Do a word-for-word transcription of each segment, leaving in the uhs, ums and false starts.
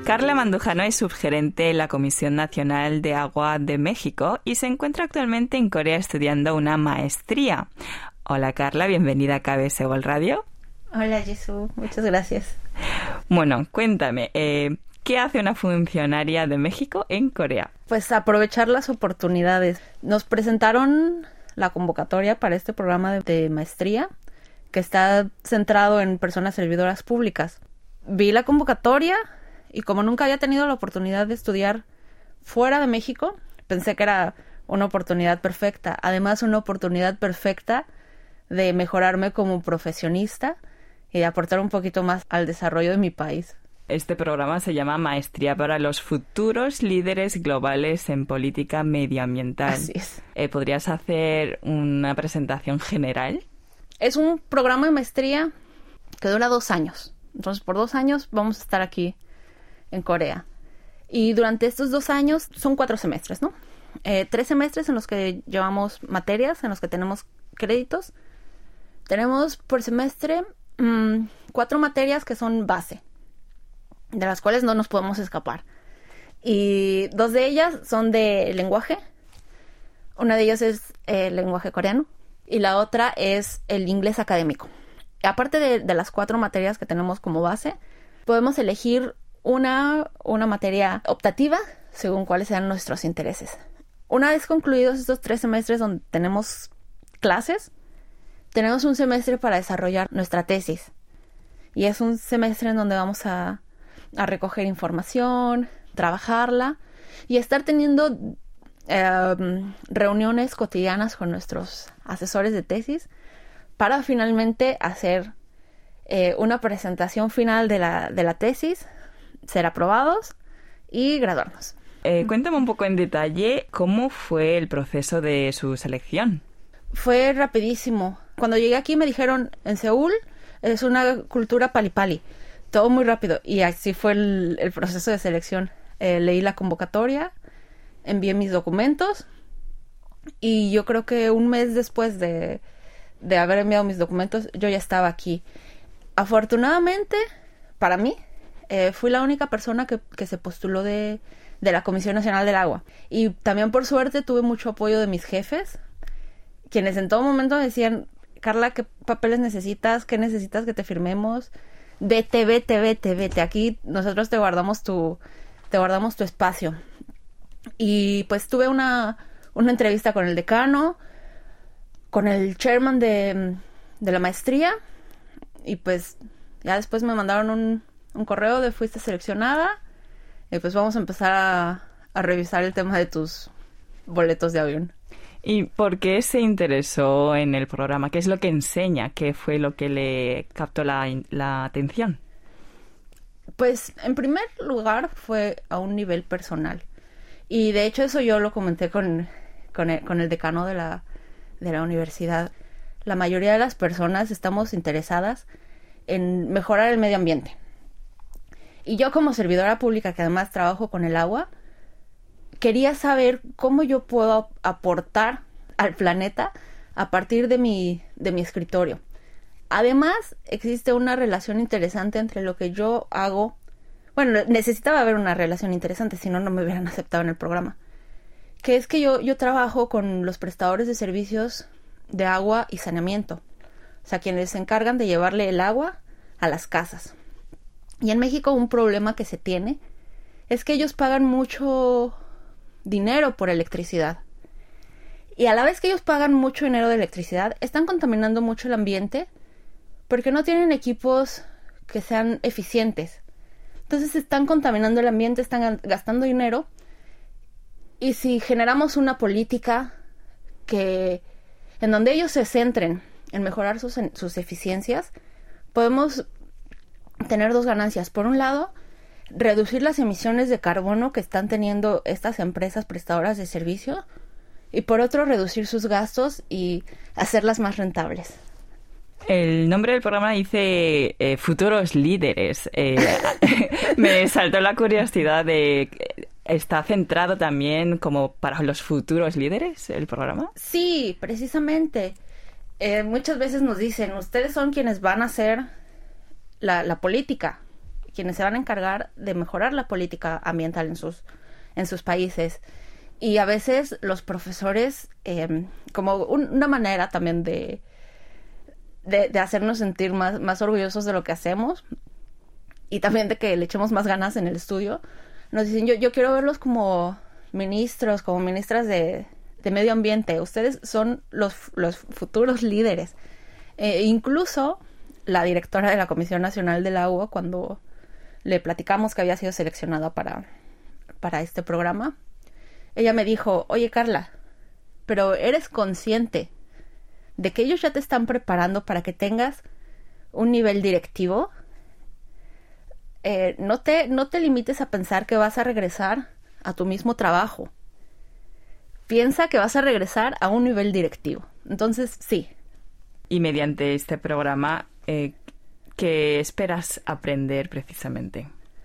Carla Mandujano es subgerente en la Comisión Nacional de Agua de México y se encuentra actualmente en Corea estudiando una maestría. Hola Carla, bienvenida a K B S World Radio. Hola Jesús, muchas gracias. Bueno, cuéntame, eh, ¿qué hace una funcionaria de México en Corea? Pues aprovechar las oportunidades. Nos presentaron la convocatoria para este programa de, de maestría que está centrado en personas servidoras públicas. Vi la convocatoria y como nunca había tenido la oportunidad de estudiar fuera de México, pensé que era una oportunidad perfecta. Además, una oportunidad perfecta de mejorarme como profesionista y de aportar un poquito más al desarrollo de mi país. Este programa se llama Maestría para los futuros líderes globales en política medioambiental. Así es. Eh, ¿Podrías hacer una presentación general? Es un programa de maestría que dura dos años. Entonces, por dos años vamos a estar aquí en Corea. Y durante estos dos años son cuatro semestres, ¿no? Eh, tres semestres en los que llevamos materias, en los que tenemos créditos. Tenemos por semestre mmm, cuatro materias que son base, de las cuales no nos podemos escapar. Y dos de ellas son de lenguaje. Una de ellas es el lenguaje coreano y la otra es el inglés académico. Aparte de, de las cuatro materias que tenemos como base, podemos elegir una, una materia optativa según cuáles sean nuestros intereses. Una vez concluidos estos tres semestres donde tenemos clases, tenemos un semestre para desarrollar nuestra tesis. Y es un semestre en donde vamos a, a recoger información, trabajarla y estar teniendo eh, reuniones cotidianas con nuestros asesores de tesis para finalmente hacer eh, una presentación final de la, de la tesis, ser aprobados y graduarnos. Eh, cuéntame un poco en detalle cómo fue el proceso de su selección. Fue rapidísimo. Cuando llegué aquí me dijeron, en Seúl es una cultura pali-pali. Todo muy rápido. Y así fue el, el proceso de selección. Eh, leí la convocatoria, envié mis documentos y yo creo que un mes después de... de haber enviado mis documentos, yo ya estaba aquí. Afortunadamente, para mí, eh, fui la única persona que, que se postuló de, de la Comisión Nacional del Agua. Y también, por suerte, tuve mucho apoyo de mis jefes, quienes en todo momento me decían, Carla, ¿qué papeles necesitas? ¿Qué necesitas que te firmemos? Vete, vete, vete, vete. Aquí nosotros te guardamos tu, te guardamos tu espacio. Y pues tuve una, una entrevista con el decano, con el chairman de, de la maestría y pues ya después me mandaron un, un correo de fuiste seleccionada y pues vamos a empezar a, a revisar el tema de tus boletos de avión. ¿Y por qué se interesó en el programa? ¿Qué es lo que enseña? ¿Qué fue lo que le captó la, la atención? Pues en primer lugar fue a un nivel personal y de hecho eso yo lo comenté con, con, el, con el decano de la de la universidad. La mayoría de las personas estamos interesadas en mejorar el medio ambiente. Y yo como servidora pública, que además trabajo con el agua, quería saber cómo yo puedo aportar al planeta a partir de mi, de mi escritorio. Además, existe una relación interesante entre lo que yo hago. Bueno, necesitaba haber una relación interesante, si no, no me hubieran aceptado en el programa. Que es que yo, yo trabajo con los prestadores de servicios de agua y saneamiento. O sea, quienes se encargan de llevarle el agua a las casas. Y en México un problema que se tiene es que ellos pagan mucho dinero por electricidad. Y a la vez que ellos pagan mucho dinero de electricidad, están contaminando mucho el ambiente porque no tienen equipos que sean eficientes. Entonces están contaminando el ambiente, están gastando dinero. Y si generamos una política que en donde ellos se centren en mejorar sus, sus eficiencias, podemos tener dos ganancias. Por un lado, reducir las emisiones de carbono que están teniendo estas empresas prestadoras de servicio y por otro, reducir sus gastos y hacerlas más rentables. El nombre del programa dice eh, Futuros Líderes. Eh, me saltó la curiosidad de... ¿Está centrado también como para los futuros líderes el programa? Sí, precisamente. Eh, muchas veces nos dicen, ustedes son quienes van a hacer la, la política quienes se van a encargar de mejorar la política ambiental en sus, en sus países. Y a veces los profesores, eh, como un, una manera también de, de, de hacernos sentir más, más orgullosos de lo que hacemos y también de que le echemos más ganas en el estudio, nos dicen, yo, yo quiero verlos como ministros, como ministras de, de medio ambiente. Ustedes son los, los futuros líderes. Eh, incluso la directora de la Comisión Nacional del Agua, cuando le platicamos que había sido seleccionada para, para este programa, ella me dijo, oye Carla, pero ¿eres consciente de que ellos ya te están preparando para que tengas un nivel directivo? Eh, no te, no te limites a pensar que vas a regresar a tu mismo trabajo. Piensa que vas a regresar a un nivel directivo. Entonces, sí. Y mediante este programa, eh, ¿qué esperas aprender precisamente?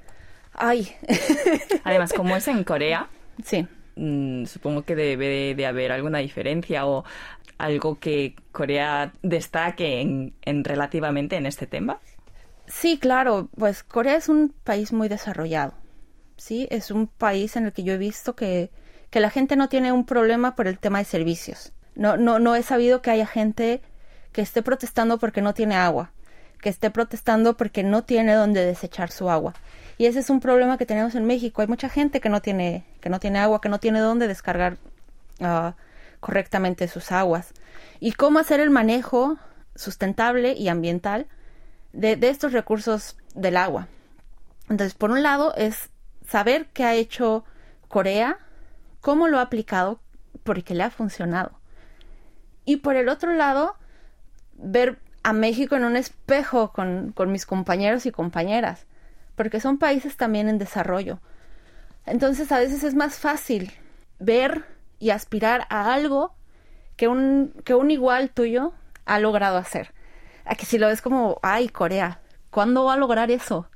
Ay. Además, como es en Corea, sí. mmm, supongo que debe de haber alguna diferencia o algo que Corea destaque en, en relativamente en este tema. Sí, claro. Pues Corea es un país muy desarrollado. Sí, es un país en el que yo he visto que, que la gente no tiene un problema por el tema de servicios. No, no, no he sabido que haya gente que esté protestando porque no tiene agua, que esté protestando porque no tiene dónde desechar su agua. Y ese es un problema que tenemos en México. Hay mucha gente que no tiene, que no tiene agua, que no tiene dónde descargar uh, correctamente sus aguas. Y cómo hacer el manejo sustentable y ambiental de, de estos recursos del agua. Entonces, por un lado, es saber qué ha hecho Corea, cómo lo ha aplicado, porque le ha funcionado. Y por el otro lado, ver a México en un espejo con, con mis compañeros y compañeras, porque son países también en desarrollo. Entonces, a veces es más fácil ver y aspirar a algo que un, que un igual tuyo ha logrado hacer. A que si lo ves como, ay, Corea, ¿cuándo va a lograr eso?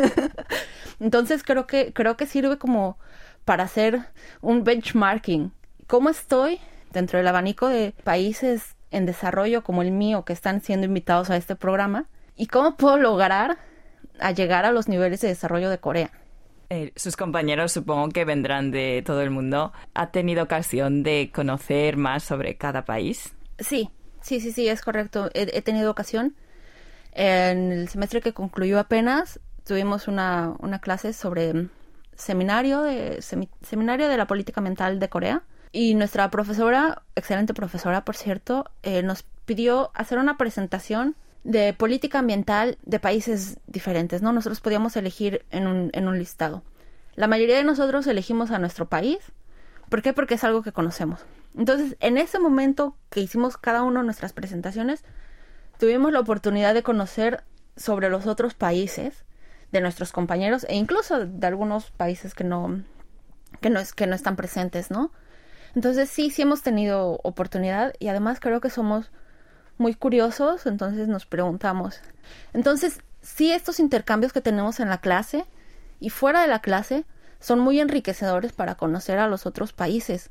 Entonces creo que, creo que sirve como para hacer un benchmarking. ¿Cómo estoy dentro del abanico de países en desarrollo como el mío que están siendo invitados a este programa? ¿Y cómo puedo lograr a llegar a los niveles de desarrollo de Corea? Eh, sus compañeros supongo que vendrán de todo el mundo. ¿Ha tenido ocasión de conocer más sobre cada país? Sí, sí, sí, sí, es correcto. He, he tenido ocasión. En el semestre que concluyó apenas, tuvimos una, una clase sobre seminario de, semi, seminario de la política ambiental de Corea. Y nuestra profesora, excelente profesora, por cierto, eh, nos pidió hacer una presentación de política ambiental de países diferentes, ¿no? Nosotros podíamos elegir en un, en un listado. La mayoría de nosotros elegimos a nuestro país. ¿Por qué? Porque es algo que conocemos. Entonces, en ese momento que hicimos cada uno de nuestras presentaciones, tuvimos la oportunidad de conocer sobre los otros países de nuestros compañeros e incluso de algunos países que no, que no, es, que no están presentes, ¿no? Entonces, sí, sí hemos tenido oportunidad y además creo que somos muy curiosos, entonces nos preguntamos. Entonces, sí, estos intercambios que tenemos en la clase y fuera de la clase son muy enriquecedores para conocer a los otros países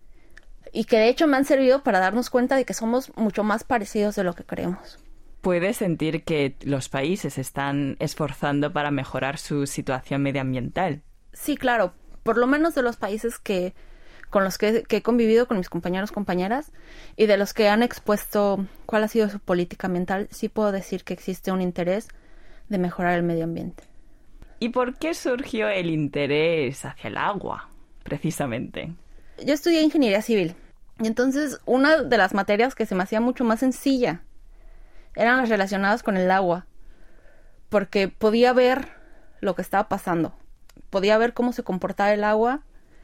y que de hecho me han servido para darnos cuenta de que somos mucho más parecidos de lo que creemos. ¿Puedes sentir que los países están esforzando para mejorar su situación medioambiental? Sí, claro. Por lo menos de los países que con los que, que he convivido con mis compañeros, compañeras, y de los que han expuesto cuál ha sido su política ambiental, sí puedo decir que existe un interés de mejorar el medio ambiente. ¿Y por qué surgió el interés hacia el agua, precisamente? Yo estudié ingeniería civil, y entonces una de las materias que se me hacía mucho más sencilla eran las relacionadas con el agua, porque podía ver lo que estaba pasando, podía ver cómo se comportaba el agua.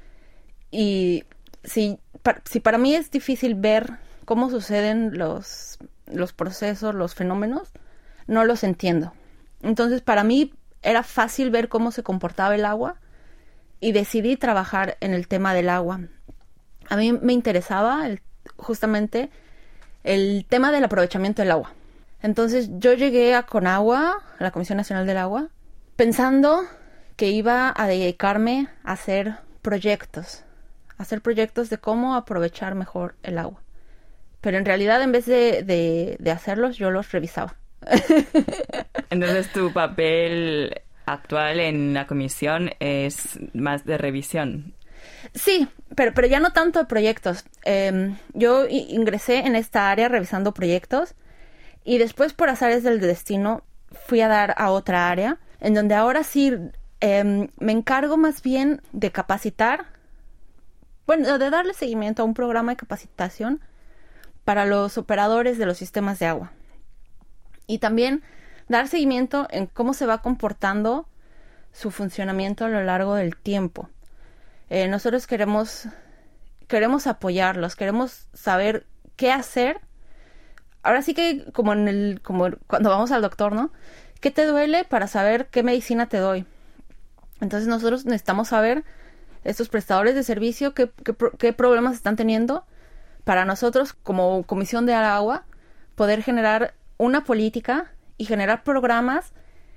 Y si, pa, si para mí es difícil ver cómo suceden los, los procesos, los fenómenos, no los entiendo. Entonces, para mí era fácil ver cómo se comportaba el agua y decidí trabajar en el tema del agua. A mí me interesaba el, justamente el tema del aprovechamiento del agua. Entonces, yo llegué a Conagua, a la Comisión Nacional del Agua, pensando que iba a dedicarme a hacer proyectos. hacer proyectos de cómo aprovechar mejor el agua. Pero en realidad, en vez de, de, de hacerlos, yo los revisaba. Entonces, tu papel actual en la comisión es más de revisión. Sí, pero, pero ya no tanto de proyectos. Eh, yo ingresé en esta área revisando proyectos y después, por azares del destino, fui a dar a otra área en donde ahora sí eh, me encargo más bien de capacitar, bueno, de darle seguimiento a un programa de capacitación para los operadores de los sistemas de agua. Y también dar seguimiento en cómo se va comportando su funcionamiento a lo largo del tiempo. Eh, nosotros queremos, queremos apoyarlos, queremos saber qué hacer. Ahora sí que como en el, como cuando vamos al doctor, ¿no? ¿Qué te duele para saber qué medicina te doy? Entonces nosotros necesitamos saber, estos prestadores de servicio, qué, qué, qué problemas están teniendo para nosotros como Comisión de Agua poder generar una política y generar programas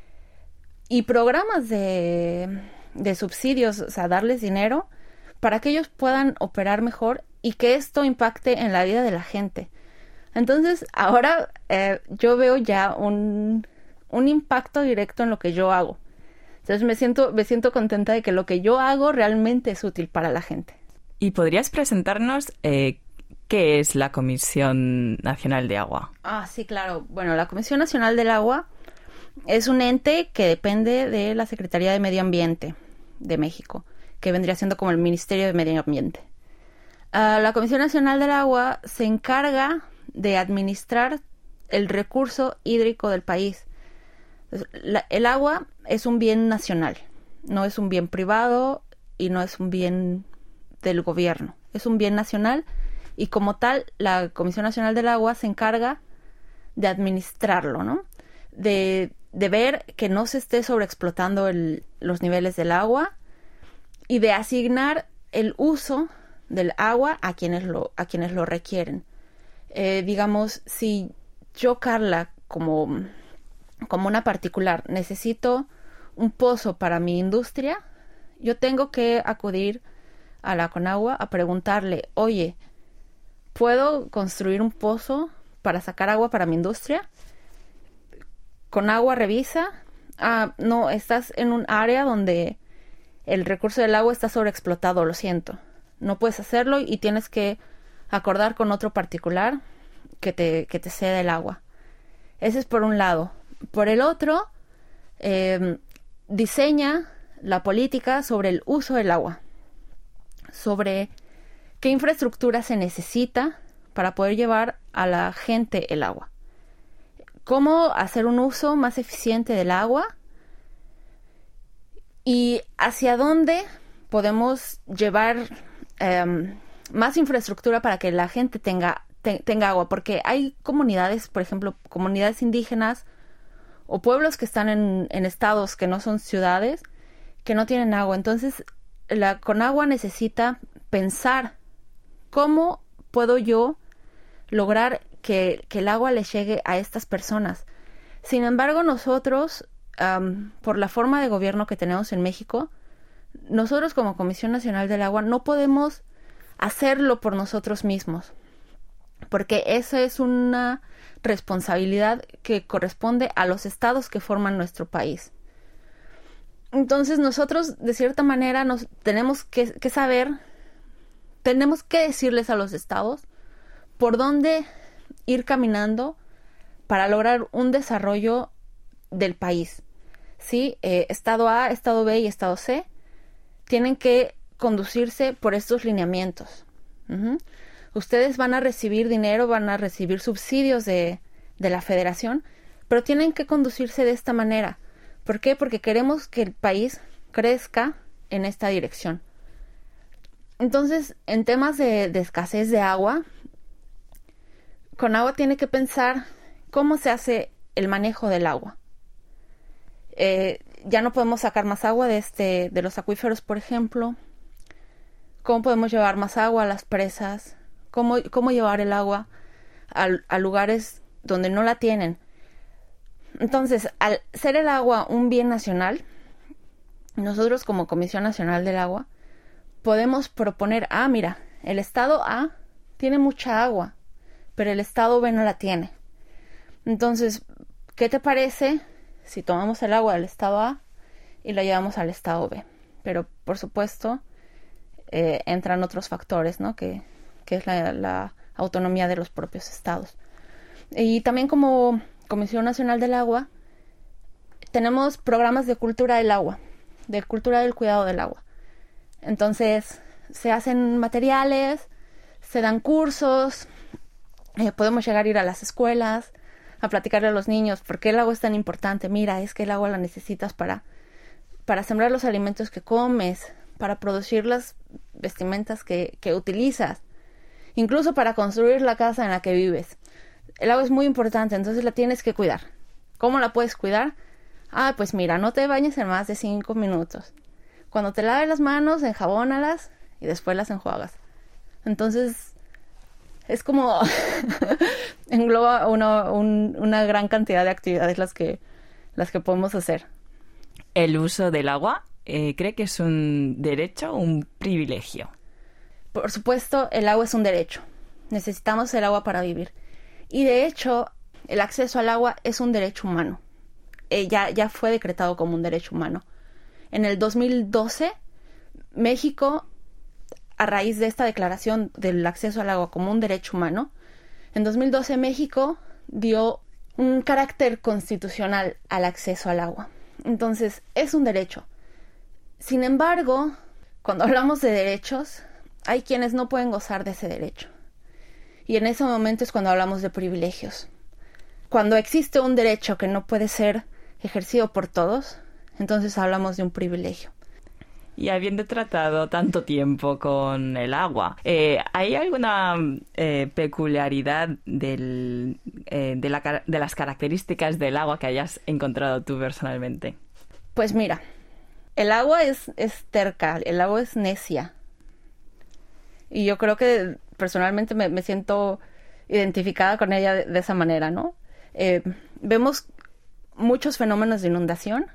y programas de, de subsidios, o sea, darles dinero para que ellos puedan operar mejor y que esto impacte en la vida de la gente. Entonces, ahora eh, yo veo ya un, un impacto directo en lo que yo hago. Entonces me siento, me siento contenta de que lo que yo hago realmente es útil para la gente. ¿Y podrías presentarnos eh, qué es la Comisión Nacional de Agua? Ah, sí, claro. Bueno, la Comisión Nacional del Agua es un ente que depende de la Secretaría de Medio Ambiente de México, que vendría siendo como el Ministerio de Medio Ambiente. Uh, la Comisión Nacional del Agua se encarga de administrar el recurso hídrico del país. La, el agua es un bien nacional, no es un bien privado y no es un bien del gobierno, es un bien nacional y como tal la Comisión Nacional del Agua se encarga de administrarlo, ¿no? De, de ver que no se esté sobreexplotando el, los niveles del agua y de asignar el uso del agua a quienes lo, a quienes lo requieren. Eh, digamos, si yo, Carla, como, como una particular, necesito un pozo para mi industria, yo tengo que acudir a la Conagua a preguntarle, oye, ¿puedo construir un pozo para sacar agua para mi industria? Conagua revisa, ah, no, estás en un área donde el recurso del agua está sobreexplotado, lo siento, no puedes hacerlo y tienes que acordar con otro particular que te, que te ceda el agua. Ese es por un lado. Por el otro, eh, diseña la política sobre el uso del agua, sobre qué infraestructura se necesita para poder llevar a la gente el agua, cómo hacer un uso más eficiente del agua y hacia dónde podemos llevar eh, más infraestructura para que la gente tenga, te, tenga agua, porque hay comunidades, por ejemplo, comunidades indígenas o pueblos que están en, en estados que no son ciudades, que no tienen agua. Entonces, la Conagua necesita pensar cómo puedo yo lograr que, que el agua le llegue a estas personas. Sin embargo, nosotros, um, por la forma de gobierno que tenemos en México, nosotros como Comisión Nacional del Agua no podemos hacerlo por nosotros mismos, porque esa es una responsabilidad que corresponde a los estados que forman nuestro país. Entonces nosotros, de cierta manera, nos tenemos que, que saber, tenemos que decirles a los estados por dónde ir caminando para lograr un desarrollo del país. ¿Sí? Eh, estado A, estado B y estado C tienen que conducirse por estos lineamientos. Uh-huh. Ustedes van a recibir dinero, van a recibir subsidios de, de la federación, pero tienen que conducirse de esta manera. ¿Por qué? Porque queremos que el país crezca en esta dirección. Entonces, en temas de, de escasez de agua, Conagua tiene que pensar cómo se hace el manejo del agua. Eh, ya no podemos sacar más agua de, este, de los acuíferos, por ejemplo. ¿Cómo podemos llevar más agua a las presas? ¿Cómo, cómo llevar el agua a, a lugares donde no la tienen? Entonces, al ser el agua un bien nacional, nosotros como Comisión Nacional del Agua podemos proponer, ah, mira, el estado A tiene mucha agua, pero el estado B no la tiene. Entonces, ¿qué te parece si tomamos el agua del estado A y la llevamos al estado B. Pero, por supuesto, eh, entran otros factores, ¿no? Que, que es la, la autonomía de los propios estados. Y también como Comisión Nacional del Agua, tenemos programas de cultura del agua, de cultura del cuidado del agua. Entonces, se hacen materiales, se dan cursos, eh, podemos llegar a ir a las escuelas, a platicarle a los niños por qué el agua es tan importante. Mira, es que el agua la necesitas para, para sembrar los alimentos que comes, para producir las vestimentas que, que utilizas, incluso para construir la casa en la que vives. El agua es muy importante, entonces la tienes que cuidar. ¿Cómo la puedes cuidar? Ah, pues mira, no te bañes en más de cinco minutos. Cuando te laves las manos, enjabónalas y después las enjuagas. Entonces, es como engloba una, un, una gran cantidad de actividades las que, las que podemos hacer. ¿El uso del agua eh, cree que es un derecho o un privilegio? Por supuesto, el agua es un derecho. Necesitamos el agua para vivir. Y de hecho, el acceso al agua es un derecho humano. Eh, ya, ya fue decretado como un derecho humano. En el dos mil doce, México, a raíz de esta declaración del acceso al agua como un derecho humano, en dos mil doce México dio un carácter constitucional al acceso al agua. Entonces, es un derecho. Sin embargo, cuando hablamos de derechos, hay quienes no pueden gozar de ese derecho. Y en ese momento es cuando hablamos de privilegios. Cuando existe un derecho que no puede ser ejercido por todos, entonces hablamos de un privilegio. Y habiendo tratado tanto tiempo con el agua, eh, ¿hay alguna eh, peculiaridad del, eh, de, la, de las características del agua que hayas encontrado tú personalmente? Pues mira, el agua es, es terca, el agua es necia. Y yo creo que personalmente me, me siento identificada con ella de, de esa manera, ¿no? Eh, vemos muchos fenómenos de inundación.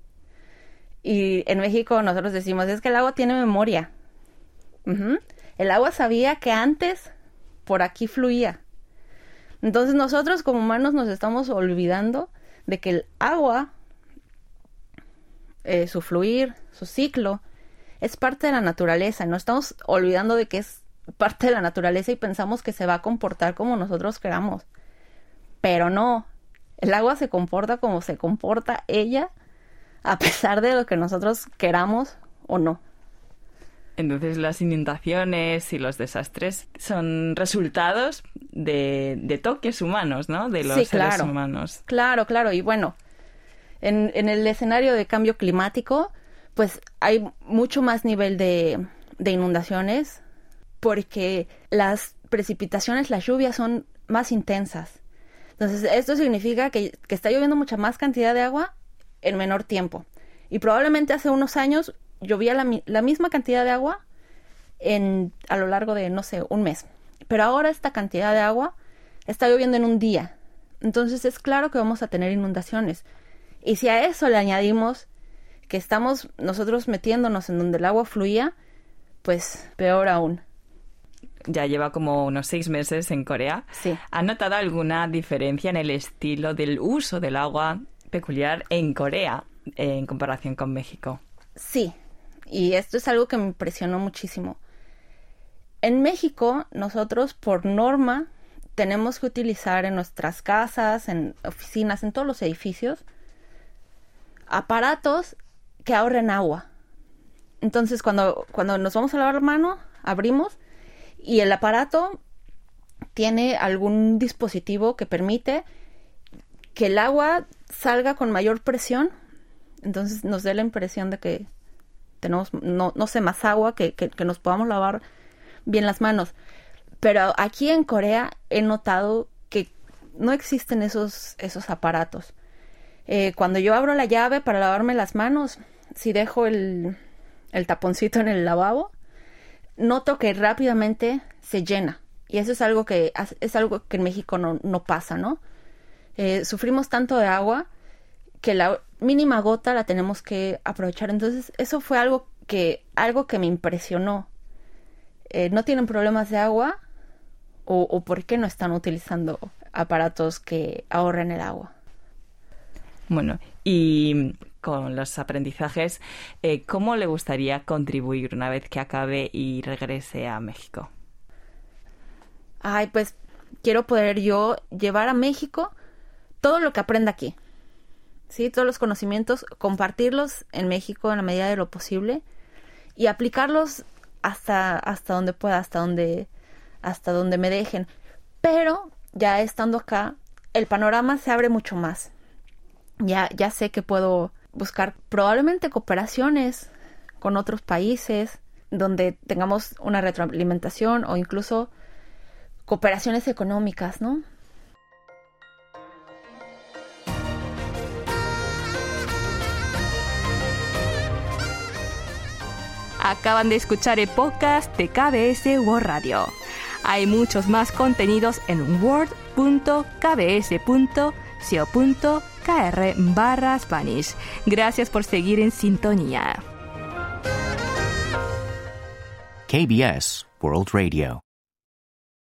Y en México nosotros decimos, es que el agua tiene memoria. Uh-huh. El agua sabía que antes por aquí fluía. Entonces nosotros como humanos nos estamos olvidando de que el agua, eh, su fluir, su ciclo, es parte de la naturaleza. No estamos olvidando de que es parte de la naturaleza y pensamos que se va a comportar como nosotros queramos. Pero no, el agua se comporta como se comporta ella, a pesar de lo que nosotros queramos o no. Entonces las inundaciones y los desastres son resultados de, de toques humanos, ¿no? De los sí, seres claro. humanos. Claro, claro. Y bueno, en, en el escenario de cambio climático, pues hay mucho más nivel de, de inundaciones porque las precipitaciones, las lluvias son más intensas. Entonces esto significa que, que está lloviendo mucha más cantidad de agua en menor tiempo. Y probablemente hace unos años llovía la, la misma cantidad de agua en, a lo largo de, no sé, un mes. Pero ahora esta cantidad de agua está lloviendo en un día. Entonces es claro que vamos a tener inundaciones. Y si a eso le añadimos que estamos nosotros metiéndonos en donde el agua fluía, pues peor aún. Ya lleva como unos seis meses en Corea. Sí. ¿Ha notado alguna diferencia en el estilo del uso del agua peculiar en Corea eh, en comparación con México? Sí, y esto es algo que me impresionó muchísimo. En México, nosotros por norma tenemos que utilizar en nuestras casas, en oficinas, en todos los edificios, aparatos que ahorren agua. Entonces, cuando, cuando nos vamos a lavar la mano, abrimos y el aparato tiene algún dispositivo que permite que el agua salga con mayor presión, entonces nos dé la impresión de que tenemos, no, no sé, más agua, que, que, que nos podamos lavar bien las manos. Pero aquí en Corea he notado que no existen esos, esos aparatos. Eh, cuando yo abro la llave para lavarme las manos, si dejo el, el taponcito en el lavabo, noto que rápidamente se llena. Y eso es algo que, es algo que en México no, no pasa, ¿no? Eh, sufrimos tanto de agua que la mínima gota la tenemos que aprovechar. Entonces, eso fue algo que, algo que me impresionó. Eh, ¿no tienen problemas de agua? O, ¿O por qué no están utilizando aparatos que ahorren el agua? Bueno, y con los aprendizajes, eh, ¿cómo le gustaría contribuir una vez que acabe y regrese a México? Ay, pues quiero poder yo llevar a México todo lo que aprenda aquí. Sí, todos los conocimientos, compartirlos en México en la medida de lo posible y aplicarlos hasta, hasta donde pueda, hasta donde, hasta donde me dejen. Pero ya estando acá, el panorama se abre mucho más. Ya, ya sé que puedo buscar probablemente cooperaciones con otros países donde tengamos una retroalimentación o incluso cooperaciones económicas, ¿no? Acaban de escuchar el podcast de K B S World Radio. Hay muchos más contenidos en world punto k b s punto co punto k r barra Spanish. Gracias por seguir en sintonía. K B S World Radio.